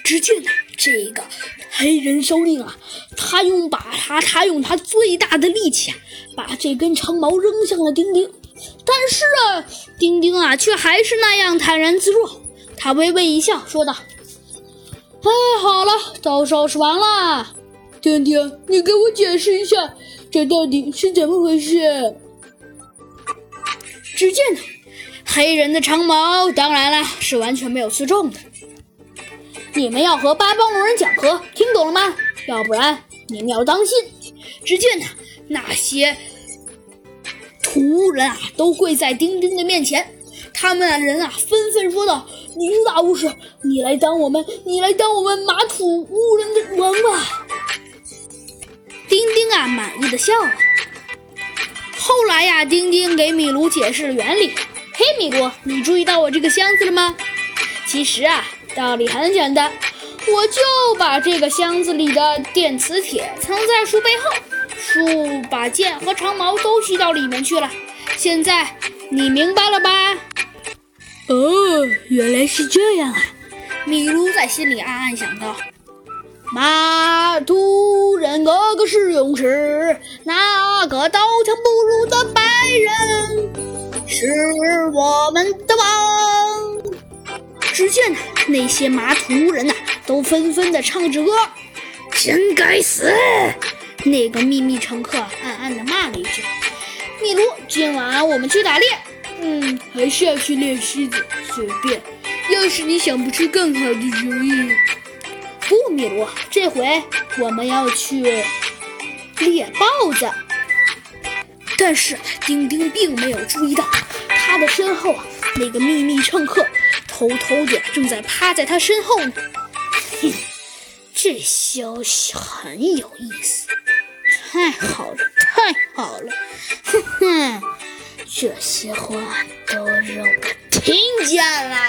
只见这个黑人首领啊，他用他最大的力气把这根长矛扔向了丁丁，但是丁丁却还是那样坦然自若。他微微一笑，说道：“哎，好了，都收拾完了。丁丁，你给我解释一下，这到底是怎么回事？”只见黑人的长矛当然了是完全没有刺中的。你们要和巴邦龙人讲和，听懂了吗？要不然你们要当心。只见那些屠人都跪在丁丁的面前，他们人纷纷说道：“你是大巫师，你来当我们马土巫人的王吧。”丁丁满意的笑了。后来丁丁给米卢解释了原理。嘿，米卢，你注意到我这个箱子了吗？其实道理很简单，我就把这个箱子里的电磁铁藏在树背后，树把剑和长矛都吸到里面去了。现在你明白了吧？哦，原来是这样啊！米卢在心里暗暗想到。马土人个个是勇士，那个刀枪不入的白人是我们的王。只见那些马土人都纷纷地唱着歌。真该死！那个秘密乘客暗暗地骂了一句。米卢，今晚我们去打猎。还是要去猎狮子，随便。要是你想不出更好的主意。不，米卢，这回我们要去猎豹子。但是丁丁并没有注意到，他的身后那个秘密乘客偷偷的正在趴在他身后呢。这消息很有意思，太好了，太好了！这些话都让我听见了。